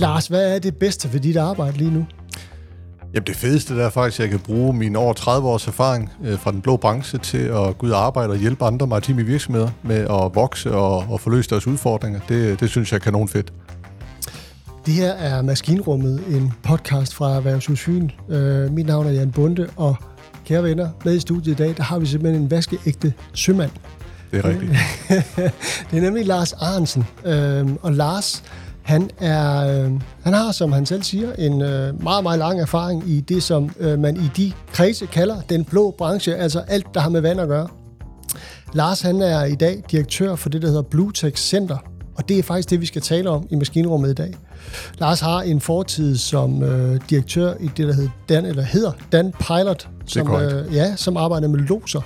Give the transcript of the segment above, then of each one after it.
Lars, hvad er det bedste ved dit arbejde lige nu? Jamen det fedeste der er faktisk, at jeg kan bruge mine over 30 års erfaring fra den blå branche til at gå ud og arbejde og hjælpe andre maritime virksomheder med at vokse og få løst deres udfordringer. Det synes jeg er kanon fedt. Det her er Maskinrummet, en podcast fra Erhvervshus Fyn. Mit navn er Jan Bonde, og kære venner, med i studiet i dag, der har vi simpelthen en vaskeægte sømand. Det er rigtigt. Det er nemlig Lars Arensen. Og Lars, han har, som han selv siger, en meget, meget lang erfaring i det, som man i de kredse kalder den blå branche, altså alt, der har med vand at gøre. Lars, han er i dag direktør for det, der hedder Bluetech Center, og det er faktisk det, vi skal tale om i Maskinrummet i dag. Lars har en fortid som direktør i det, der hedder Dan Pilot, som arbejder med lodser.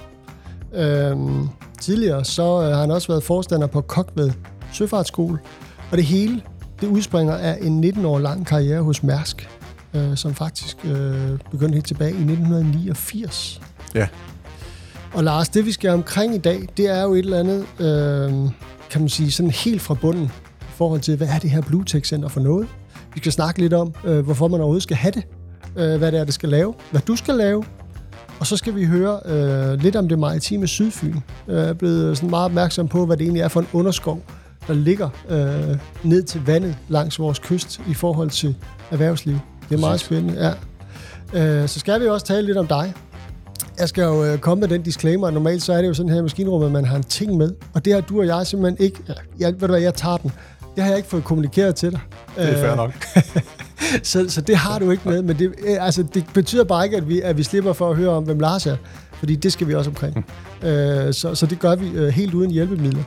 Tidligere så har han også været forstander på Kokved Søfartsskole, og det hele, det udspringer af en 19 år lang karriere hos Mærsk, som faktisk begyndte helt tilbage i 1989. Ja. Og Lars, det vi skal omkring i dag, det er jo et eller andet, kan man sige, sådan helt fra bunden i forhold til, hvad er det her Bluetech Center for noget? Vi skal snakke lidt om, hvorfor man overhovedet skal have det, hvad det er, det skal lave, hvad du skal lave, og så skal vi høre lidt om det maritime Sydfyn. Jeg er blevet sådan meget opmærksom på, hvad det egentlig er for en underskov, der ligger ned til vandet langs vores kyst i forhold til erhvervsliv. Det er meget spændende, ja. Så skal vi også tale lidt om dig. Jeg skal jo komme med den disclaimer. Normalt så er det jo sådan her i Maskinrummet, at man har en ting med. Og det har du og jeg simpelthen ikke... Jeg tager den. Det har jeg ikke fået kommunikeret til dig. Det er fair nok. så det har du ikke med. Men det betyder bare ikke, at vi slipper for at høre om, hvem Lars er. Fordi det skal vi også omkring. Så det gør vi helt uden hjælpemidler.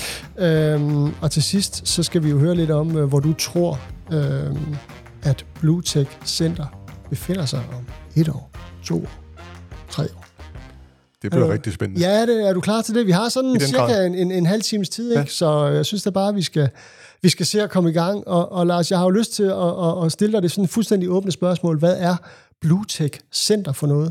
Og til sidst, så skal vi jo høre lidt om, hvor du tror, at Bluetech Center befinder sig om 1 år, 2 år, 3 år. Det bliver rigtig spændende. Ja, er du klar til det? Vi har sådan cirka en halv times tid, ikke? Så jeg synes da bare, vi skal se at komme i gang. Og Lars, jeg har jo lyst til at stille dig det sådan fuldstændig åbne spørgsmål. Hvad er Bluetech Center for noget?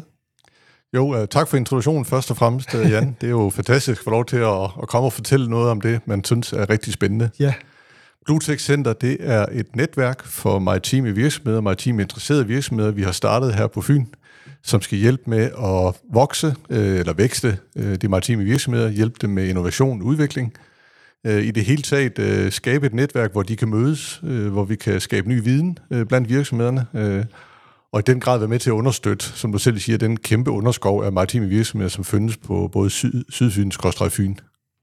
Jo, tak for introduktionen først og fremmest, Jan. Det er jo fantastisk at få lov til at komme og fortælle noget om det, man synes er rigtig spændende. Ja. Bluetech Center, det er et netværk for maritime virksomheder, maritime interesserede virksomheder, vi har startet her på Fyn, som skal hjælpe med at vokse eller vækste de maritime virksomheder, hjælpe dem med innovation og udvikling. I det hele taget skabe et netværk, hvor de kan mødes, hvor vi kan skabe ny viden blandt virksomhederne, og i den grad være med til at understøtte, som du selv siger, den kæmpe underskov af maritime virksomheder, som findes på både Sydfyn/Fyn.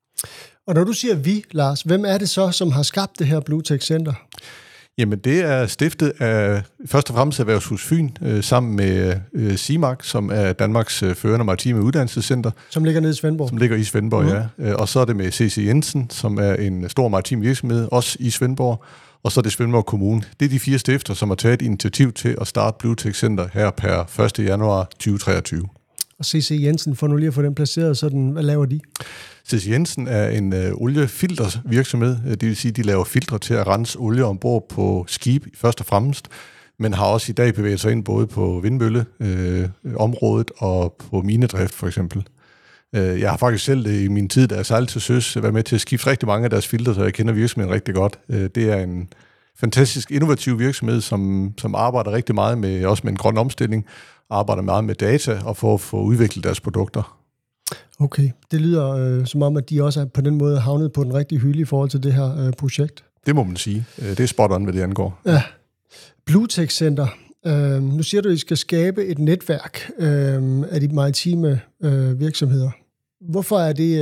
Og når du siger vi, Lars, hvem er det så, som har skabt det her Bluetech Center? Jamen, det er stiftet af først og fremmest Erhvervshus Fyn, sammen med CIMAC, som er Danmarks førende maritime uddannelsescenter. Som ligger nede i Svendborg. Som ligger i Svendborg, ja. Og så er det med C.C. Jensen, som er en stor maritim virksomhed, også i Svendborg. Og så er det Svendborg Kommune. Det er de 4 stifter, som har taget et initiativ til at starte Bluetech Center her per 1. januar 2023. Og C.C. Jensen, for nu lige at få den placeret, sådan, hvad laver de? C.C. Jensen er en oliefiltervirksomhed, det vil sige, de laver filtre til at rense olie ombord på skib først og fremmest, men har også i dag bevæget sig ind både på vindmølleområdet og på minedrift for eksempel. Jeg har faktisk selv i min tid, da jeg sejlede til søs, været med til at skifte rigtig mange af deres filtre, så jeg kender virksomheden rigtig godt. Det er en fantastisk innovativ virksomhed, som arbejder rigtig meget med, også med en grøn omstilling, arbejder meget med data og for at få udviklet deres produkter. Okay, det lyder som om, at de også er på den måde havnet på den rigtige hylde i forhold til det her projekt. Det må man sige. Det er spot on, hvad det angår. Ja. Bluetech Center. Nu siger du, at I skal skabe et netværk af de maritime virksomheder. Hvorfor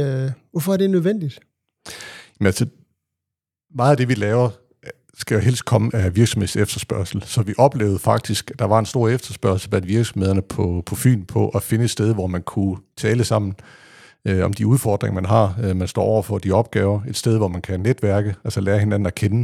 er det nødvendigt? Men altså, meget af det, vi laver, skal jo helst komme af virksomheds efterspørgsel. Så vi oplevede faktisk, at der var en stor efterspørgsel blandt virksomhederne på Fyn på at finde et sted, hvor man kunne tale sammen om de udfordringer, man har. Man står over for de opgaver. Et sted, hvor man kan netværke, altså lære hinanden at kende.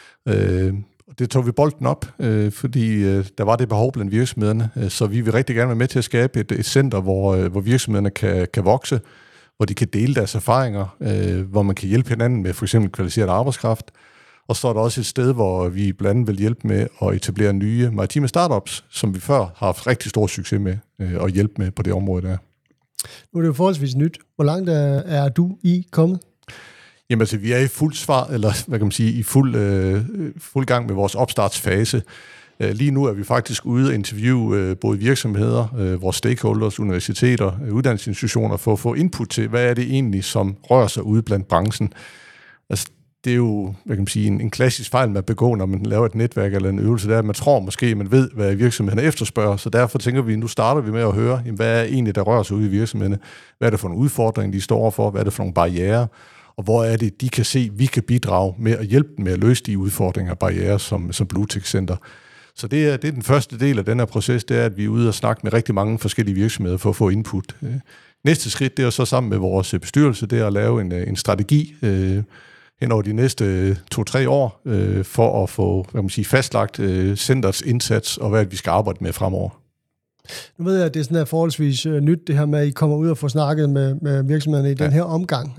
Det tog vi bolden op, fordi der var det behov blandt virksomhederne. Så vi vil rigtig gerne være med til at skabe et center, hvor virksomhederne kan vokse, hvor de kan dele deres erfaringer, hvor man kan hjælpe hinanden med for eksempel kvalificeret arbejdskraft. Og så er der også et sted, hvor vi blandt andet vil hjælpe med at etablere nye maritime startups, som vi før har haft rigtig stor succes med at hjælpe med på det område der. Nu er det jo forholdsvis nyt. Hvor langt er du kommet? Jamen altså, vi er i fuld svar, eller hvad kan man sige, i fuld gang med vores opstartsfase. Lige nu er vi faktisk ude og interviewe både virksomheder, vores stakeholders, universiteter, uddannelsesinstitutioner, for at få input til, hvad er det egentlig, som rører sig ude blandt branchen. Altså, det er jo, hvad kan man sige, en klassisk fejl, man begår, når man laver et netværk eller en øvelse, der, at man tror måske, man ved, hvad virksomhederne efterspørger, så derfor tænker vi, nu starter vi med at høre, jamen, hvad er egentlig, der rører sig ude i virksomhederne? Hvad er det for nogle udfordringer, de står overfor? Hvad er det for nogle barrierer? Og hvor er det, de kan se, vi kan bidrage med at hjælpe dem med at løse de udfordringer og barrierer som Bluetech Center. Så det er den første del af den her proces, det er, at vi er ude og snakke med rigtig mange forskellige virksomheder for at få input. Næste skridt, det er så sammen med vores bestyrelse, det er at lave en strategi hen over de næste 2-3 år, for at få, hvad man siger, fastlagt centers indsats, og hvad vi skal arbejde med fremover. Nu ved jeg, at det er sådan her forholdsvis nyt, det her med, at I kommer ud og får snakket med virksomhederne i den her omgang.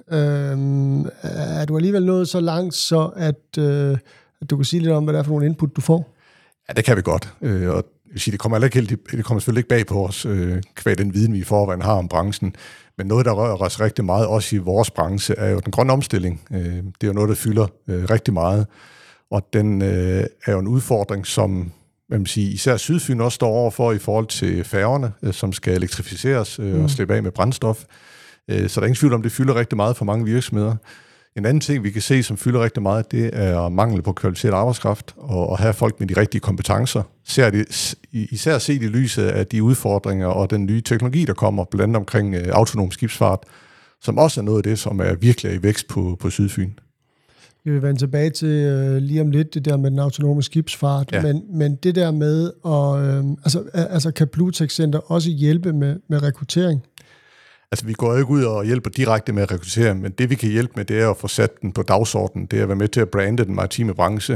Er du alligevel nået så langt, så at du kan sige lidt om, hvad det er for nogle input, du får? Ja, det kan vi godt. Og det kommer selvfølgelig ikke bag på os, kvad den viden, vi i forvejen har om branchen. Men noget, der rører os rigtig meget, også i vores branche, er jo den grønne omstilling. Det er jo noget, der fylder rigtig meget. Og den er jo en udfordring, som man sige, især Sydfyn også står overfor i forhold til færgerne, som skal elektrificeres og slippe af med brændstof. Så der er ingen tvivl om, det fylder rigtig meget for mange virksomheder. En anden ting, vi kan se, som fylder rigtig meget, det er mangel på kvalificeret arbejdskraft og have folk med de rigtige kompetencer. Især set i lyset af de udfordringer og den nye teknologi, der kommer, blandt andet omkring autonom skibsfart, som også er noget af det, som er virkelig i vækst på Sydfyn. Vi vil vende tilbage til lige om lidt, det der med den autonome skibsfart, ja. Men det der med, altså kan Bluetech Center også hjælpe med rekruttering? Altså, vi går jo ikke ud og hjælper direkte med at rekruttere, men det, vi kan hjælpe med, det er at få sat den på dagsordenen. Det er at være med til at brande den maritime branche.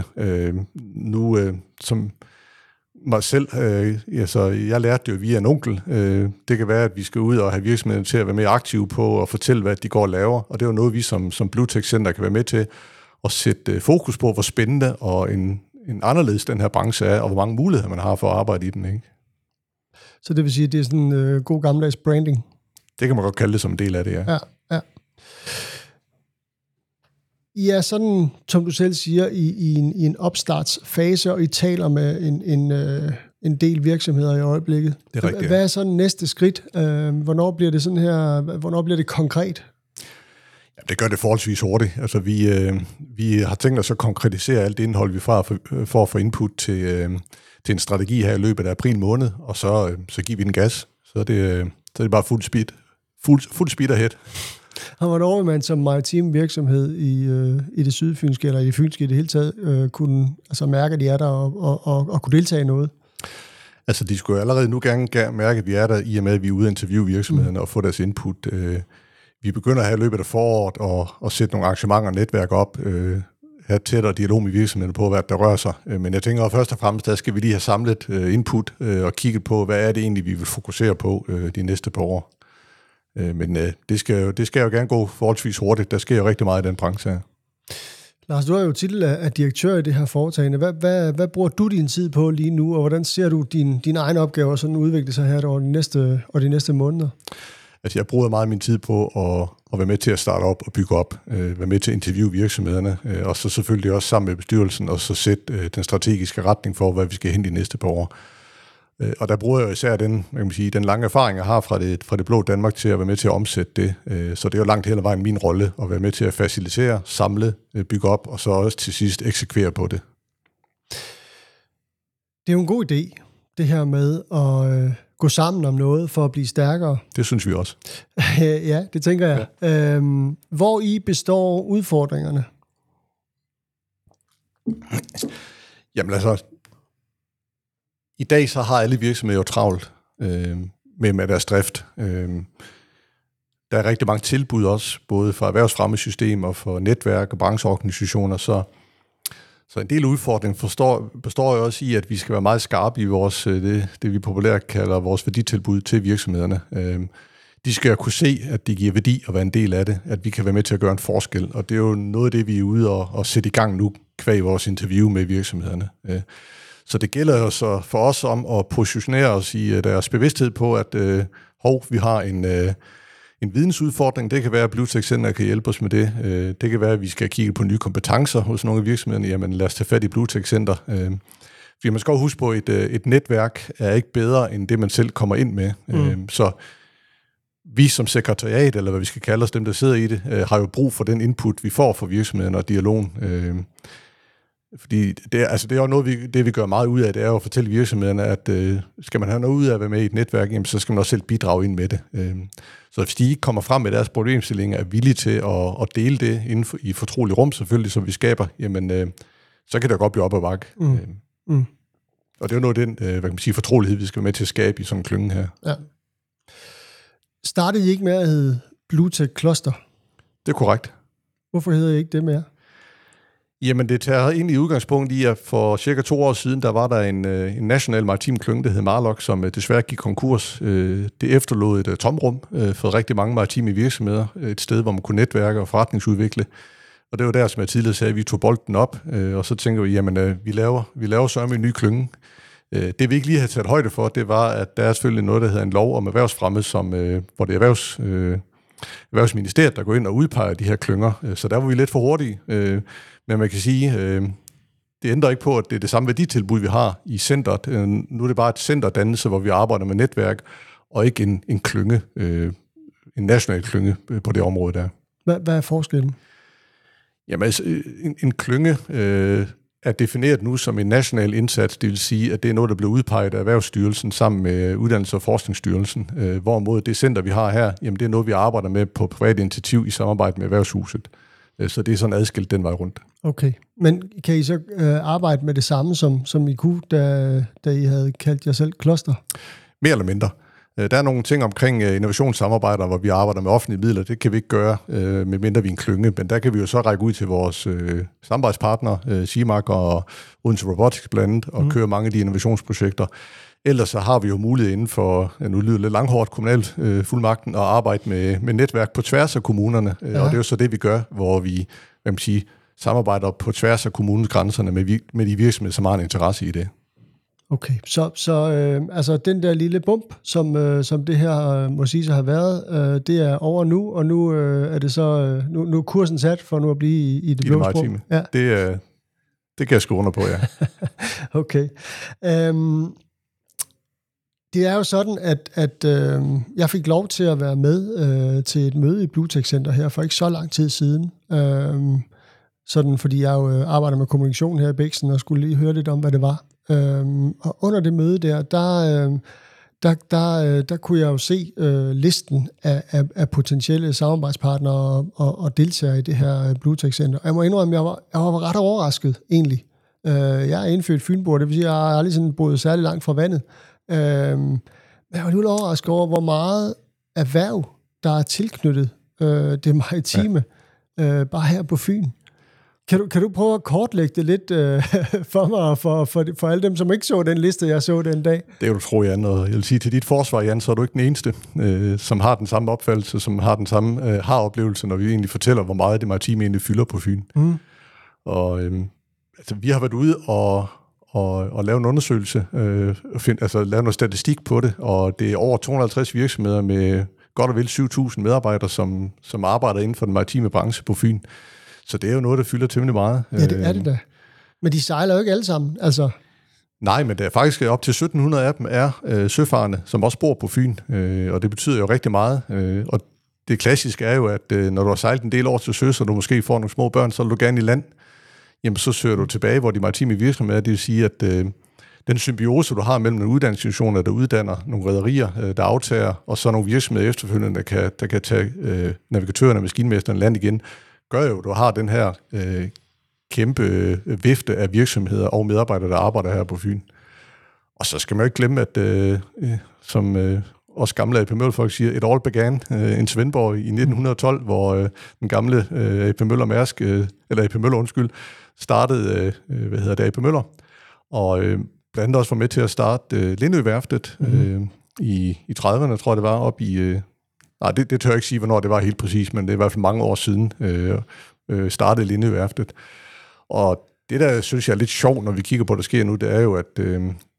Som mig selv, jeg lærte det jo via en onkel. Det kan være, at vi skal ud og have virksomheden til at være mere aktive på og fortælle, hvad de går og laver. Og det er jo noget, vi som Bluetech Center kan være med til at sætte fokus på, hvor spændende og en anderledes den her branche er, og hvor mange muligheder man har for at arbejde i den, ikke? Så det vil sige, at det er sådan god gammeldags branding? Det kan man godt kalde det som en del af det, ja. Ja, sådan som du selv siger, i en opstartsfase, og I taler med en del virksomheder i øjeblikket. Det er rigtigt. Hvad er så næste skridt? Hvornår bliver det sådan her? Hvornår bliver det konkret? Ja, det gør det forholdsvis hurtigt. Altså, vi har tænkt os at konkretisere alt det indhold, vi får for at få input til en strategi her i løbet af april måned, og så giver vi den gas. Så er det bare fuld speed ahead. Og hvornår vil man som maritim virksomhed i det sydfynske, eller i det fynske i det hele taget, kunne altså mærke, at de er der og kunne deltage i noget? Altså, de skulle allerede nu gerne mærke, at vi er der, i og med, at vi er ude og interviewe virksomhederne og få deres input. Vi begynder her i løbet af foråret at sætte nogle arrangementer og netværk op, have tættere dialog med virksomhederne på, hvad der rører sig. Men jeg tænker, at først og fremmest, der skal vi lige have samlet input og kigget på, hvad er det egentlig, vi vil fokusere på de næste par år. Men det skal jo gerne gå forholdsvis hurtigt. Der sker jo rigtig meget i den branche her. Lars, du er jo titel af direktør i det her foretagende. Hvad bruger du din tid på lige nu, og hvordan ser du dine egne opgaver sådan udvikle sig her over de næste måneder? Altså, jeg bruger meget min tid på at være med til at starte op og bygge op, være med til at interviewe virksomhederne, og så selvfølgelig også sammen med bestyrelsen, og så sætte den strategiske retning for, hvad vi skal hen de næste par år. Og der bruger jeg især den lange erfaring, jeg har fra det blå Danmark til at være med til at omsætte det. Så det er jo langt hen ad vejen min rolle at være med til at facilitere, samle, bygge op, og så også til sidst eksekvere på det. Det er jo en god idé, det her med at gå sammen om noget for at blive stærkere. Det synes vi også. Ja, det tænker jeg. Ja. Hvor i består udfordringerne? Jamen altså, i dag så har alle virksomheder jo travlt med deres drift. Der er rigtig mange tilbud også, både fra erhvervsfremmesystemer og for netværk og brancheorganisationer, så en del udfordring består jo også i, at vi skal være meget skarpe i vores, det vi populært kalder vores værditilbud til virksomhederne. De skal kunne se, at de giver værdi og være en del af det, at vi kan være med til at gøre en forskel. Og det er jo noget af det, vi er ude og sætte i gang nu, kvad vores interview med virksomhederne. Så det gælder jo så for os om at positionere os i deres bevidsthed på, at vi har en vidensudfordring. Det kan være, at Bluetech Center kan hjælpe os med det. Det kan være, at vi skal kigge på nye kompetencer hos nogle af virksomhederne. Jamen lad os tage fat i Bluetech Center. Fordi man skal jo huske på, at et netværk er ikke bedre, end det man selv kommer ind med. Så vi som sekretariat, eller hvad vi skal kalde os, dem der sidder i det, har jo brug for den input, vi får fra virksomheden og dialogen. Fordi det er jo noget, det vi gør meget ud af, det er jo at fortælle virksomhederne, at skal man have noget ud af at være med i et netværk, jamen, så skal man også selv bidrage ind med det. Så hvis de ikke kommer frem med deres problemstillinger, er villige til at dele det inden for, i fortrolig rum selvfølgelig, som vi skaber, jamen så kan det godt blive op ad bakke. Og det er jo noget af den, hvad kan man sige, fortrolighed, vi skal være med til at skabe i sådan en klynge her. Ja. Startede I ikke med at hedde Bluetech Cluster? Det er korrekt. Hvorfor hedder I ikke det mere? Jamen, det tager ind i udgangspunkt i, at for cirka 2 år siden, der var der en national maritim klynge, der hed Marlock, som desværre gik konkurs. Det efterlod et tomrum for rigtig mange maritime virksomheder. Et sted, hvor man kunne netværke og forretningsudvikle. Og det var der, som jeg tidligere sagde, at vi tog bolden op, og så tænker vi, jamen, vi laver så en ny klynge. Det vi ikke lige havde taget højde for, det var, at der er selvfølgelig noget, der hedder en lov om erhvervsfremme, hvor det er Erhvervsministeriet, der går ind og udpeger de her klynger. Så der var vi lidt for hurtige. Men man kan sige, det ændrer ikke på, at det er det samme værditilbud, vi har i centret. Nu er det bare et centerdannelse, hvor vi arbejder med netværk, og ikke en klynge, en national klynge på det område der. Hvad er forskellen? Jamen altså, en klynge er defineret nu som en national indsats, det vil sige, at det er noget, der bliver udpeget af Erhvervsstyrelsen sammen med Uddannelses- og Forskningsstyrelsen. Hvorimod det center, vi har her, jamen det er noget, vi arbejder med på privat initiativ i samarbejde med Erhvervshuset. Så det er sådan adskilt den vej rundt. Okay, men kan I så arbejde med det samme, som I kunne, da I havde kaldt jer selv Cluster? Mere eller mindre. Der er nogle ting omkring innovationssamarbejder, hvor vi arbejder med offentlige midler. Det kan vi ikke gøre, medmindre vi er en klynge. Men der kan vi jo så række ud til vores samarbejdspartnere, CIMAC og Odense Robotics blandt andet, og køre mange af de innovationsprojekter. Ellers så har vi jo mulighed inden for, nu lyder lidt langhårdt, kommunalt fuldmagten, at arbejde med netværk på tværs af kommunerne. Og det er jo så det, vi gør, hvor vi samarbejder på tværs af kommunegrænserne med de virksomheder, som har en interesse i det. Okay, så altså den der lille bump, som det her må sige sig har været, det er over nu, og nu er det så nu er kursen sat for nu at blive i det blå sprog. Ja. Det kan jeg skrive under på, ja. Okay. Det er jo sådan, at jeg fik lov til at være med til et møde i Bluetech Center her for ikke så lang tid siden. Sådan, fordi jeg jo arbejder med kommunikation her i Bæksen og skulle lige høre lidt om, hvad det var. Og under det møde der kunne jeg jo se listen af potentielle samarbejdspartnere og deltagere i det her Bluetech Center. Og jeg må indrømme, jeg var ret overrasket egentlig. Jeg er indfødt fynbo, det vil sige, at jeg har aldrig sådan boet særlig langt fra vandet. Jeg var lidt overrasket over, hvor meget erhverv, der er tilknyttet det maritime, bare her på Fyn. Kan du prøve at kortlægge det lidt for mig og for alle dem, som ikke så den liste, jeg så den dag? Det er jo, tror Jan, og jeg vil sige til dit forsvar, Jan, så er du ikke den eneste, som har den samme opfattelse, som har den samme har-oplevelse, når vi egentlig fortæller, hvor meget det maritime egentlig fylder på Fyn. Og vi har været ude og lave en undersøgelse, lave noget statistik på det, og det er over 250 virksomheder med godt og vel 7.000 medarbejdere, som arbejder inden for den maritime branche på Fyn. Så det er jo noget, der fylder temmelig meget. Ja, det er det da. Men de sejler jo ikke alle sammen, altså. Nej, men der er faktisk op til 1.700 af dem er søfarende, som også bor på Fyn, og det betyder jo rigtig meget. Og det klassiske er jo, at når du har sejlet en del år til søs, og du måske får nogle små børn, så vil du gerne i land, jamen så søger du tilbage, hvor de maritime virksomheder er. Det vil sige, at den symbiose, du har mellem nogle uddannelsesinstitutioner, der uddanner nogle rederier, der aftager, og så nogle virksomheder efterfølgende, der kan tage navigatørerne og maskinmesterne land igen, gør jo, at du har den her kæmpe vifte af virksomheder og medarbejdere, der arbejder her på Fyn. Og så skal man jo ikke glemme, at som os gamle AP Møller-folk siger, it all began in Svendborg i 1912, hvor den gamle AP Møller Mærsk, eller AP Møller, startede, AP Møller, og blandt andet også var med til at starte Lindø-værftet i 30'erne, tror jeg det var, op i... Nej, det tør jeg ikke sige, hvornår det var helt præcis, men det er i hvert fald mange år siden startede Lindø-værftet. Og det, der synes jeg er lidt sjovt, når vi kigger på, hvad der sker nu, det er jo, at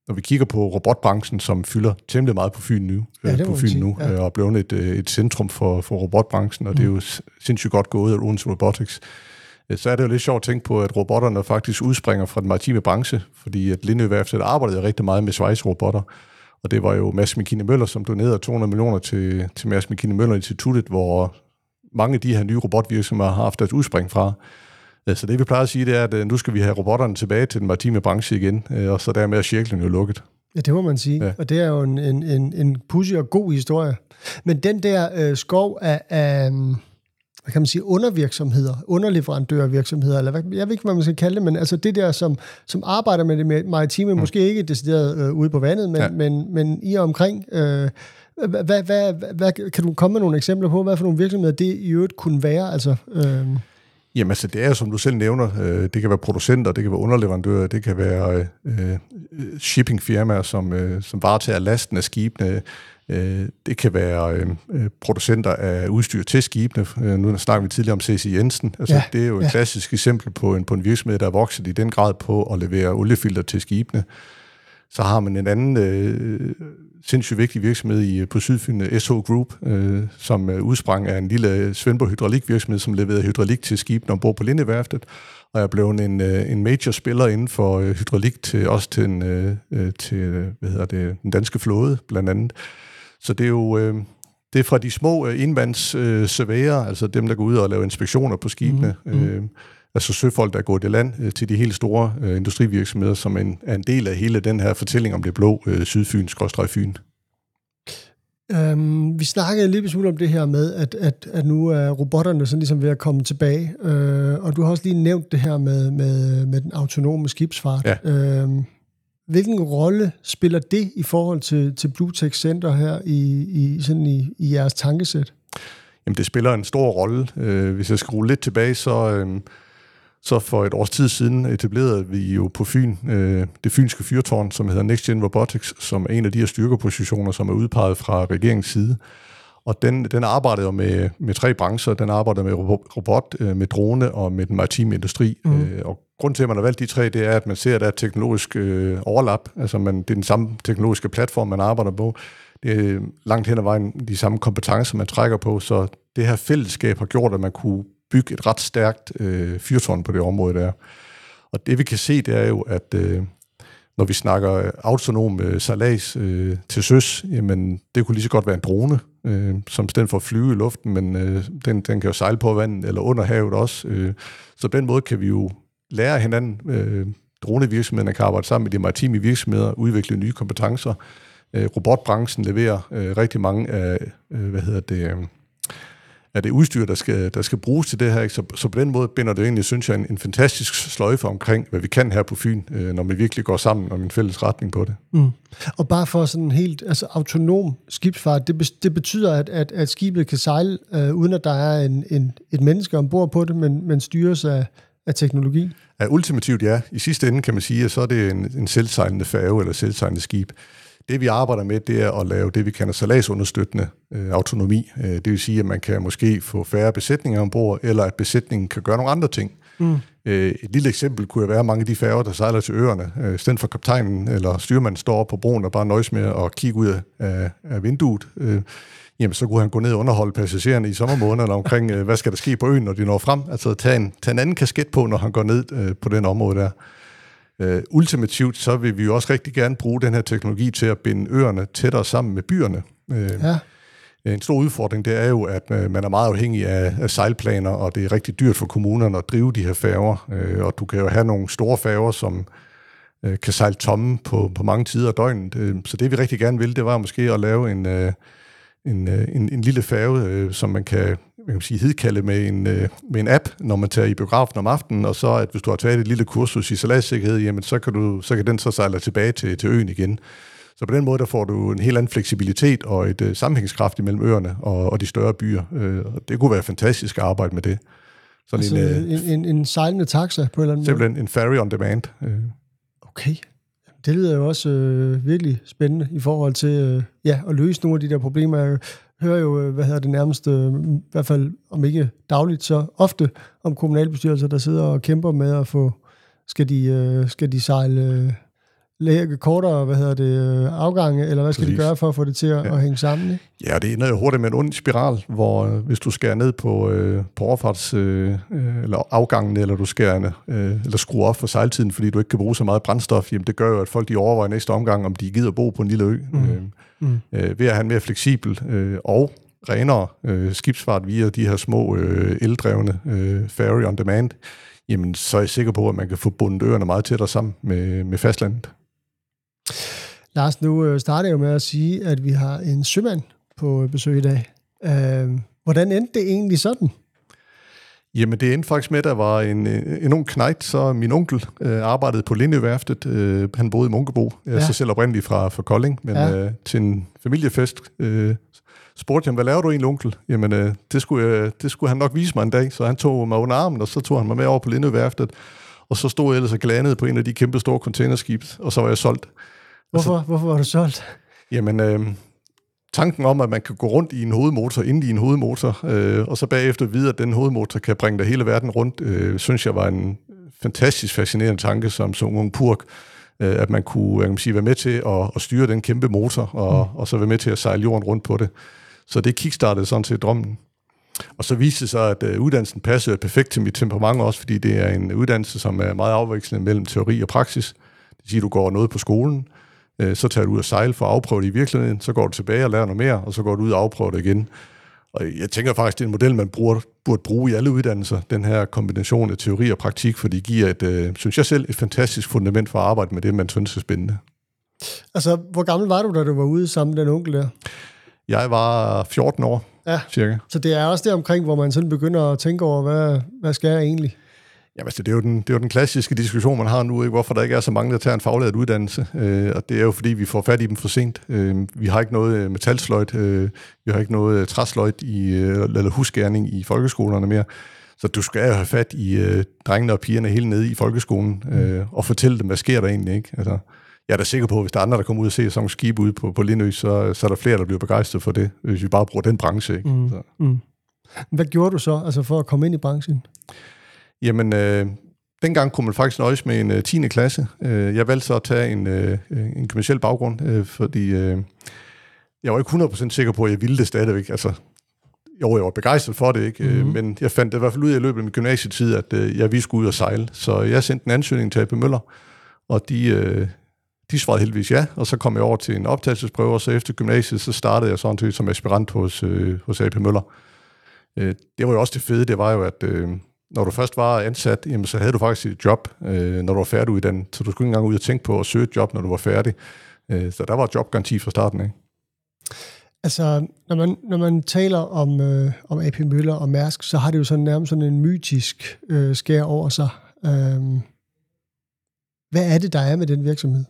når vi kigger på robotbranchen, som fylder temmelig meget på Fyn nu, og er blevet et centrum for robotbranchen, og det er jo sindssygt godt gået af Odense Robotics, så er det jo lidt sjovt at tænke på, at robotterne faktisk udspringer fra den maritime branche, fordi at Lindø-værftet arbejdede rigtig meget med svejserobotter, og det var jo Mads McKinney Møller, som donerede 200 millioner til Mads McKinney Møller Instituttet, hvor mange af de her nye robotvirksomheder har haft deres udspring fra. Så det vi plejer at sige, det er, at nu skal vi have robotterne tilbage til den maritime branche igen, og så dermed er cirklen jo lukket. Ja, det må man sige, ja. Og det er jo en pudsig og god historie. Men den der skov af hvad kan man sige, undervirksomheder, underleverandørvirksomheder, eller jeg ved ikke, hvad man skal kalde det, men altså det der, som arbejder med det maritime, måske ikke decideret ude på vandet, men i og omkring. Hvad kan du komme med nogle eksempler på, hvad for nogle virksomheder det i øvrigt kunne være? Altså, Jamen altså, det er jo, som du selv nævner, det kan være producenter, det kan være underleverandører, det kan være shippingfirmaer, som varetager lasten af skibene, det kan være producenter af udstyr til skibene. Nu snakker vi tidligere om C.C. Jensen. Altså, det er jo et klassisk eksempel på en virksomhed, der er vokset i den grad på at levere oliefilter til skibene. Så har man en anden sindssygt vigtig virksomhed på Sydfyn, SH Group, som udsprang af en lille Svendborg hydraulikvirksomhed, som leverede hydraulik til skibene ombord på Lindø-værftet, og er blevet en major spiller inden for hydraulik til den danske flåde, blandt andet. Så det er jo det er fra de små indvandssurveyor, altså dem, der går ud og laver inspektioner på skibene, altså søfolk, der går i land, til de helt store industrivirksomheder, som er en del af hele den her fortælling om det blå Sydfyn/Fyn. Vi snakkede en lille smule om det her med, at nu er robotterne sådan ligesom ved at komme tilbage, og du har også lige nævnt det her med den autonome skibsfart. Ja. Hvilken rolle spiller det i forhold til Bluetech Center her i jeres tankesæt? Jamen, det spiller en stor rolle. Hvis jeg skal rulle lidt tilbage, så for et års tid siden etablerede vi jo på Fyn det fynske fyrtårn, som hedder Next Gen Robotics, som er en af de her styrkepositioner, som er udpeget fra regeringens side. Og den arbejder jo med 3 brancher. Den arbejder med robot, med drone og med den maritime industri. Og grunden til, at man har valgt de 3, det er, at man ser, at der er teknologisk overlap. Altså det er den samme teknologiske platform, man arbejder på. Det er langt hen ad vejen de samme kompetencer, man trækker på. Så det her fællesskab har gjort, at man kunne bygge et ret stærkt fyrtårn på det område der. Og det vi kan se, det er jo, at når vi snakker autonom sejlads til søs, jamen det kunne lige så godt være en drone, som i stedet for at flyve i luften, men den kan jo sejle på vandet eller under havet også. Så på den måde kan vi jo lære af hinanden. Dronevirksomhederne kan arbejde sammen med de maritime virksomheder, udvikle nye kompetencer. Robotbranchen leverer rigtig mange af det udstyr, der skal bruges til det her. Ikke? Så på den måde binder det egentlig, synes jeg, en fantastisk sløjfe omkring, hvad vi kan her på Fyn, når vi virkelig går sammen om en fælles retning på det. Og bare for sådan helt autonom skibsfart, det betyder, at skibet kan sejle, uden at der er et menneske ombord på det, men styres af teknologi? Ja, ultimativt ja. I sidste ende kan man sige, at så er det en selvsejlende færge eller selvsejlende skib. Det vi arbejder med, det er at lave det, vi kalder sejladsunderstøttende autonomi. Det vil sige, at man kan måske få færre besætninger ombord, eller at besætningen kan gøre nogle andre ting. Et lille eksempel kunne være mange af de færger, der sejler til øerne. I stedet for kaptajnen eller styrmanden står op på broen og bare nøjes med at kigge ud af vinduet, jamen så kunne han gå ned og underholde passagererne i sommermånederne omkring, hvad skal der ske på øen, når de når frem. Altså tage en anden kasket på, når han går ned på den område der. Ultimativt, så vil vi jo også rigtig gerne bruge den her teknologi til at binde øerne tættere sammen med byerne. En stor udfordring, det er jo, at man er meget afhængig af sejlplaner, og det er rigtig dyrt for kommunerne at drive de her færger. Og du kan jo have nogle store færger, som kan sejle tomme på mange tider af døgnet. Så det vi rigtig gerne vil, det var måske at lave en lille færge, som man kan sige, hidkalde med en app, når man tager i biografen om aftenen, og så, at hvis du har taget et lille kursus i sejladssikkerhed, jamen så kan den så sejle tilbage til øen igen. Så på den måde, der får du en helt anden fleksibilitet og et sammenhængskraft imellem øerne og de større byer. Det kunne være fantastisk at arbejde med det. Sådan altså en sejlende taxa på en eller anden måde? Simpelthen en ferry on demand. Okay. Det lyder jo også virkelig spændende i forhold til at løse nogle af de der problemer. Jeg hører jo, nærmest, i hvert fald om ikke dagligt, så ofte om kommunalbestyrelser, der sidder og kæmper med at få, skal de sejle kortere afgange, eller hvad skal de gøre for at få det til at hænge sammen? Ikke? Ja, det ender jo hurtigt med en ond spiral, hvor hvis du skærer ned på overfarts eller afgangene, eller du skærer eller skruer op for sejltiden, fordi du ikke kan bruge så meget brændstof, jamen det gør jo, at folk de overvejer næste omgang, om de gider bo på en lille ø. Ved at have en mere fleksibel og renere skibsfart via de her små eldrevne ferry on demand, jamen så er jeg sikker på, at man kan få bundet øerne meget tættere sammen med fastlandet. Lars, nu starter jeg jo med at sige, at vi har en sømand på besøg i dag. Hvordan endte det egentlig sådan? Jamen, det endte faktisk med, at der var en ung knejt, så min onkel arbejdede på Lindøværftet. Han boede i Munkebo. Jeg er så selv oprindeligt fra Kolding, men til en familiefest spurgte jeg, hvad laver du egentlig, onkel? Jamen, det skulle han nok vise mig en dag, så han tog mig under armen, og så tog han mig med over på Lindøværftet, og så stod jeg ellers og glanede på en af de kæmpe store containerskib, og så var jeg solgt. Hvorfor var du solgt? Jamen, tanken om, at man kan gå rundt i en hovedmotor, inde i en hovedmotor, og så bagefter vide, at den hovedmotor kan bringe dig hele verden rundt, synes jeg var en fantastisk fascinerende tanke som ung purk, at man kunne være med til at styre den kæmpe motor, og så være med til at sejle jorden rundt på det. Så det kickstartede sådan set drømmen. Og så viste det sig, at uddannelsen passede perfekt til mit temperament også, fordi det er en uddannelse, som er meget afvekslende mellem teori og praksis. Det vil sige, at du går noget på skolen, så tager du ud og sejle for at afprøve det i virkeligheden, så går du tilbage og lærer noget mere, og så går du ud og afprøver det igen. Og jeg tænker faktisk, det er en model, man burde bruge i alle uddannelser, den her kombination af teori og praktik, for det giver synes jeg selv, et fantastisk fundament for at arbejde med det, man synes er spændende. Altså, hvor gammel var du, da du var ude sammen med den onkel der? Jeg var 14 år, cirka. Så det er også der omkring, hvor man sådan begynder at tænke over, hvad skal jeg egentlig? Ja, altså, det er jo den klassiske diskussion, man har nu, ikke? Hvorfor der ikke er så mange, der tager en faglært uddannelse. Og det er jo, fordi vi får fat i dem for sent. Vi har ikke noget metalsløjt, vi har ikke noget træsløjt eller husgerning i folkeskolerne mere. Så du skal jo have fat i drengene og pigerne helt nede i folkeskolen og fortælle dem, hvad sker der egentlig, ikke? Altså, jeg er da sikker på, at hvis der er andre, der kommer ud og ser sådan nogle skibe ude på Lindø, så er der flere, der bliver begejstret for det, hvis vi bare bruger den branche, ikke? Hvad gjorde du så altså for at komme ind i branchen? Jamen, dengang kunne man faktisk nøjes med en 10. klasse. Jeg valgte så at tage en kommerciel baggrund, fordi jeg var ikke 100% sikker på, at jeg ville det stadigvæk. Altså, jeg var begejstret for det, ikke? Men jeg fandt det i hvert fald ud i løbet af min gymnasietid, at jeg ville skulle ud og sejle. Så jeg sendte en ansøgning til AP Møller, og de svarede heldigvis ja, og så kom jeg over til en optagelsesprøve, og så efter gymnasiet, så startede jeg sådan set som aspirant hos AP Møller. Det var jo også det fede, det var jo, at når du først var ansat, jamen, så havde du faktisk et job, når du var færdiguddannet, så du skulle ikke engang ud og tænke på at søge et job, når du var færdig. Så der var jobgaranti fra starten af. Altså, når man taler om AP Møller og Mærsk, så har det jo sådan nærmest sådan en mytisk skær over sig. Hvad er det, der er med den virksomhed?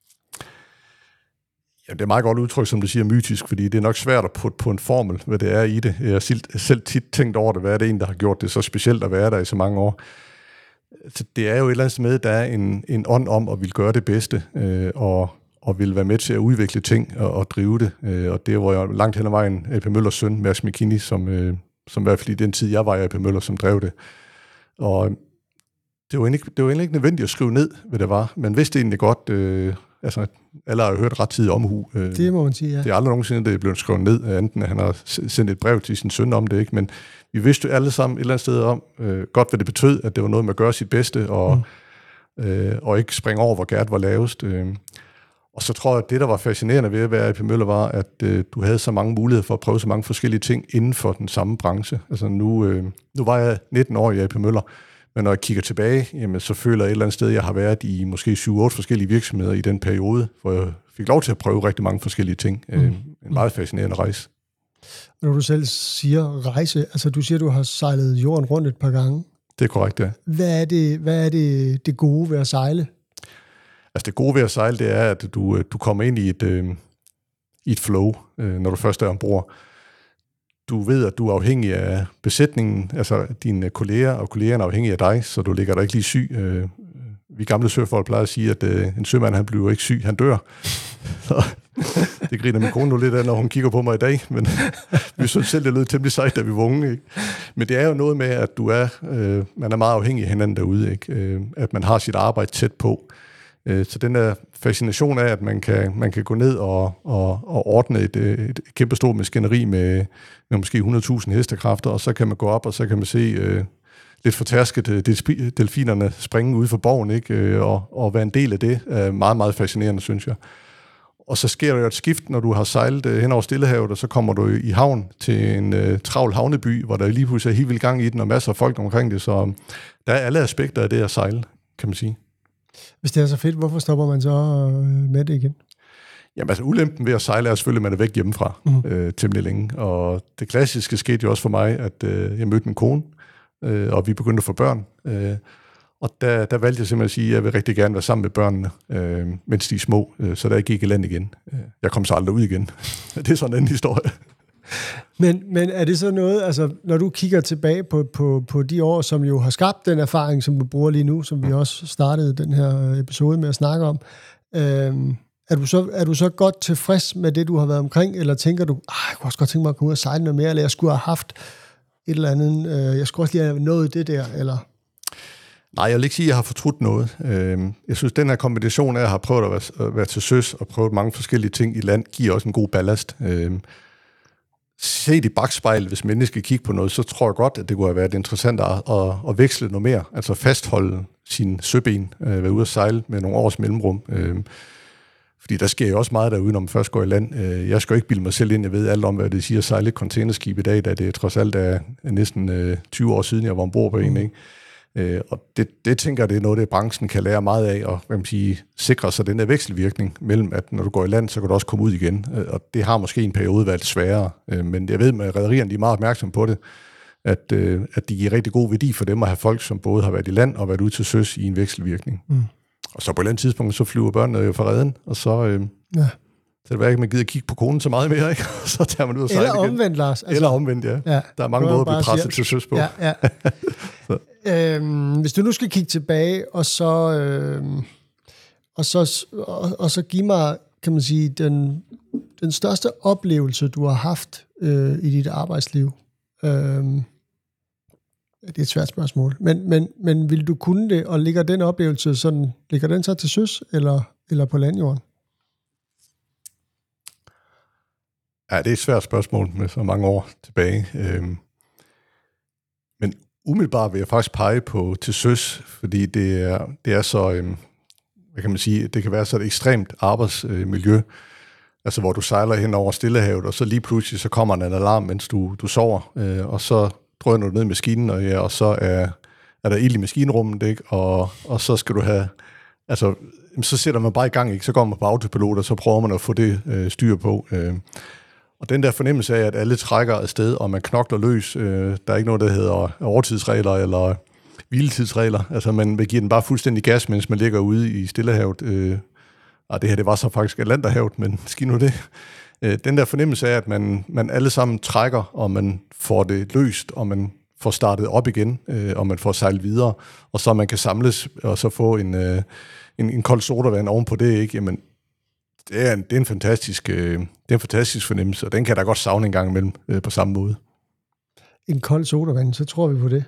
Ja, det er meget godt udtryk, som du siger, mytisk, fordi det er nok svært at putte på en formel, hvad det er i det. Jeg har selv tit tænkt over det, hvad er det der har gjort det så specielt at være der i så mange år. Så det er jo et eller andet sted, der er en ånd om at ville gøre det bedste, og vil være med til at udvikle ting og drive det. Og det var jo langt hen ad vejen AP Møllers søn, Mærsk Mc-Kinney, som i hvert fald i den tid, jeg var i AP Møller, som drev det. Og det var egentlig ikke nødvendigt at skrive ned, hvad det var, men vidste egentlig godt. Altså, alle har jo hørt ret tid omhu. Det må man sige, ja. Det er aldrig nogensinde, det er blevet skrevet ned, enten at han har sendt et brev til sin søn om det, ikke? Men vi vidste jo alle sammen et eller andet sted om, godt hvad det betød, at det var noget med at gøre sit bedste, og ikke springe over, hvor gært var lavest. Og så tror jeg, at det, der var fascinerende ved at være i AP Møller, var, at du havde så mange muligheder for at prøve så mange forskellige ting inden for den samme branche. Altså nu var jeg 19 år i AP Møller, men når jeg kigger tilbage, jamen, så føler jeg et eller andet sted, at jeg har været i måske 7-8 forskellige virksomheder i den periode, hvor jeg fik lov til at prøve rigtig mange forskellige ting. En meget fascinerende rejse. Når du selv siger rejse, altså du siger, at du har sejlet jorden rundt et par gange. Det er korrekt, ja. Hvad er det gode ved at sejle? Altså det gode ved at sejle, det er, at du kommer ind i et flow, når du først er ombord. Du ved, at du er afhængig af besætningen, altså dine kolleger, og kollegerne er afhængige af dig, så du ligger der ikke lige syg. Vi gamle søfolk plejer at sige, at en sømand, han bliver ikke syg, han dør. Så, det griner min kone nu lidt af, når hun kigger på mig i dag, men vi synes selv, det lød temmelig sejt, da vi var unge. Ikke? Men det er jo noget med, at man er meget afhængig af hinanden derude, ikke? At man har sit arbejde tæt på. Så den der fascination af, at man kan gå ned og ordne et kæmpestort maskineri med måske 100.000 hestekræfter, og så kan man gå op, og så kan man se lidt fortærsket delfinerne springe ude for borgen, ikke? Og være en del af det er meget, meget fascinerende, synes jeg. Og så sker der jo et skift, når du har sejlet hen over Stillehavet, og så kommer du i havn til en travl havneby, hvor der lige pludselig er helt vildt gang i den, og masser af folk omkring det, så der er alle aspekter af det at sejle, kan man sige. Hvis det er så fedt, hvorfor stopper man så med det igen? Jamen altså, ulempen ved at sejle er selvfølgelig, at man er væk hjemmefra temmelig længe, og det klassiske skete jo også for mig, at jeg mødte min kone, og vi begyndte at få børn, og der valgte jeg simpelthen at sige, at jeg vil rigtig gerne være sammen med børnene, mens de er små, så der gik i land igen. Jeg kom så aldrig ud igen. Det er sådan en historie. Men er det så noget, altså når du kigger tilbage på de år, som jo har skabt den erfaring, som du bruger lige nu, som vi også startede den her episode med at snakke om, er du så godt tilfreds med det, du har været omkring, eller tænker du, jeg kunne også godt tænke mig at komme ud og sejle noget mere, eller jeg skulle have haft et eller andet, jeg skulle også lige have nået det der, eller... Nej, jeg vil ikke sige, at jeg har fortrudt noget. Jeg synes, den her kombination af at have prøvet at være til søs og prøvet mange forskellige ting i land, giver også en god ballast. Set i bakspejl, hvis mennesker skal kigge på noget, så tror jeg godt, at det kunne have været interessant at veksle noget mere. Altså fastholde sine søben, være ude at sejle med nogle års mellemrum. Fordi der sker jo også meget derude, når man først går i land. Jeg skal jo ikke bilde mig selv ind, jeg ved alt om, hvad det siger at sejle et containerskib i dag, da det trods alt er næsten 20 år siden, jeg var ombord på en, ikke? Og det tænker jeg, det er noget, det branchen kan lære meget af, og hvad man siger, sikre sig den der vekselvirkning mellem, at når du går i land, så kan du også komme ud igen. Og det har måske en periode været sværere, men jeg ved, at rederierne de er meget opmærksomme på det, at det giver rigtig god værdi for dem at have folk, som både har været i land og været ude til søs i en vekselvirkning. Og så på et eller andet tidspunkt, så flyver børnene jo fra redden, og så... Så det er ikke, man gider kigge på konen så meget mere, ikke? Så tager man ud og sejler igen. Eller omvendt, Lars. Altså, eller omvendt, ja. Der er mange måder at blive presset til søs på. Ja. Hvis du nu skal kigge tilbage, og så give mig, kan man sige, den største oplevelse, du har haft i dit arbejdsliv. Det er et svært spørgsmål. Men vil du kunne det, og ligger den oplevelse sådan, ligger den så til søs, eller på landjorden? Ja, det er et svært spørgsmål med så mange år tilbage. Men umiddelbart vil jeg faktisk pege på til søs, fordi det er så, hvad kan man sige, det kan være så et ekstremt arbejdsmiljø, altså hvor du sejler hen over Stillehavet, og så lige pludselig så kommer en alarm, mens du sover, og så drøner du ned i maskinen, og så er der ild i maskinrummet, ikke? Og så skal du have, altså så sætter man bare i gang, ikke? Så går man på autopilot, og så prøver man at få det styr på. Og den der fornemmelse af, at alle trækker afsted, og man knokler løs, der er ikke noget, der hedder overtidsregler eller hviletidsregler. Altså man giver den bare fuldstændig gas, mens man ligger ude i Stillehavet. Det her, det var så faktisk Atlanterhavet, men skidt nu det. Den der fornemmelse af, at man alle sammen trækker, og man får det løst, og man får startet op igen, og man får sejlet videre, og så man kan samles, og så få en kold sodavand ovenpå det, ikke? Jamen, det er en fantastisk fornemmelse, og den kan jeg da godt savne en gang imellem på samme måde. En kold sodavand, så tror vi på det.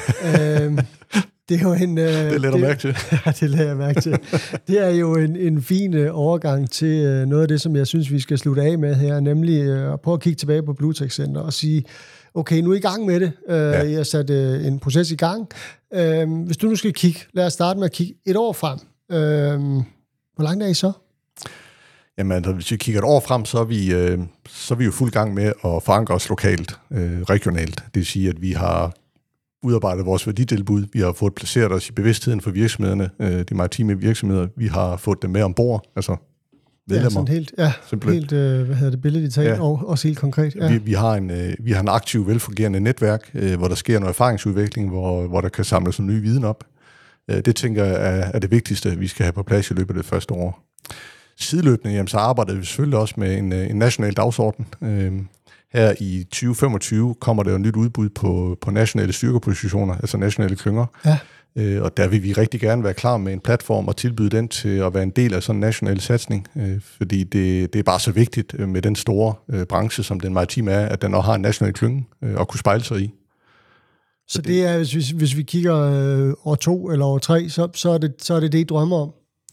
Det er jo en... det lader du mærke til. Ja, det lader jeg mærke til. Det er jo en fin overgang til noget af det, som jeg synes, vi skal slutte af med her, nemlig at prøve at kigge tilbage på Bluetech Center og sige, okay, nu er I gang med det. Jeg har sat en proces i gang. Hvis du nu skal kigge, lad os starte med at kigge et år frem. Hvor langt er I så? Jamen, altså, hvis vi kigger et år frem, så er vi jo fuld gang med at forankre os lokalt, regionalt. Det vil sige, at vi har udarbejdet vores værditilbud, vi har fået placeret os i bevidstheden for virksomhederne, de maritime virksomheder, vi har fået dem med ombord, altså medlemmer. Ja, sådan helt billedligt talt, og også helt konkret. Ja. Vi har en aktiv, velfungerende netværk, hvor der sker noget erfaringsudvikling, hvor der kan samles en ny viden op. Det tænker jeg er det vigtigste, vi skal have på plads i løbet af det første år. Sideløbende, jamen, så arbejdede vi selvfølgelig også med en national dagsorden. Her i 2025 kommer der jo nyt udbud på nationale styrkepositioner, altså nationale klynger. Ja. Og der vil vi rigtig gerne være klar med en platform og tilbyde den til at være en del af sådan en national satsning, fordi det er bare så vigtigt med den store branche, som den maritime er, at den også har en national klynge at kunne spejle sig i. Så det er, hvis vi kigger år 2 eller år 3, så er det I drømmer om?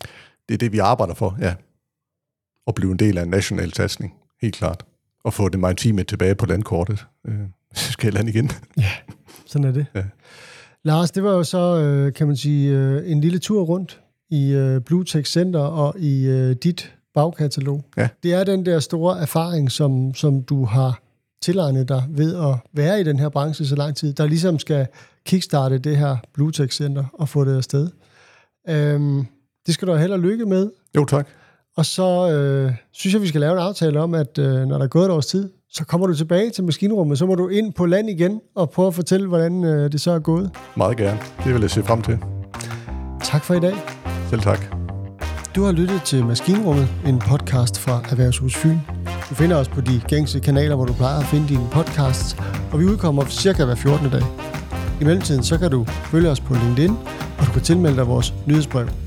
det er det, vi arbejder for, ja. At blive en del af en national satsning, helt klart. Og få det maritime tilbage på landkortet. Så skal jeg lande igen. Ja, sådan er det. Ja. Lars, det var jo så, kan man sige, en lille tur rundt i Bluetech Center og i dit bagkatalog. Ja. Det er den der store erfaring, som du har tilegnet dig ved at være i den her branche så lang tid, der ligesom skal kickstarte det her Bluetech Center og få det afsted. Det skal du have held og lykke med. Jo, tak. Og så synes jeg, vi skal lave en aftale om, at når der er gået et års tid, så kommer du tilbage til maskinrummet, så må du ind på land igen og prøve at fortælle, hvordan det så er gået. Meget gerne. Det vil jeg se frem til. Tak for i dag. Selv tak. Du har lyttet til Maskinrummet, en podcast fra Erhvervshus Fyn. Du finder os på de gængse kanaler, hvor du plejer at finde dine podcasts, og vi udkommer cirka hver 14. dag. I mellemtiden så kan du følge os på LinkedIn, og du kan tilmelde dig vores nyhedsbrev.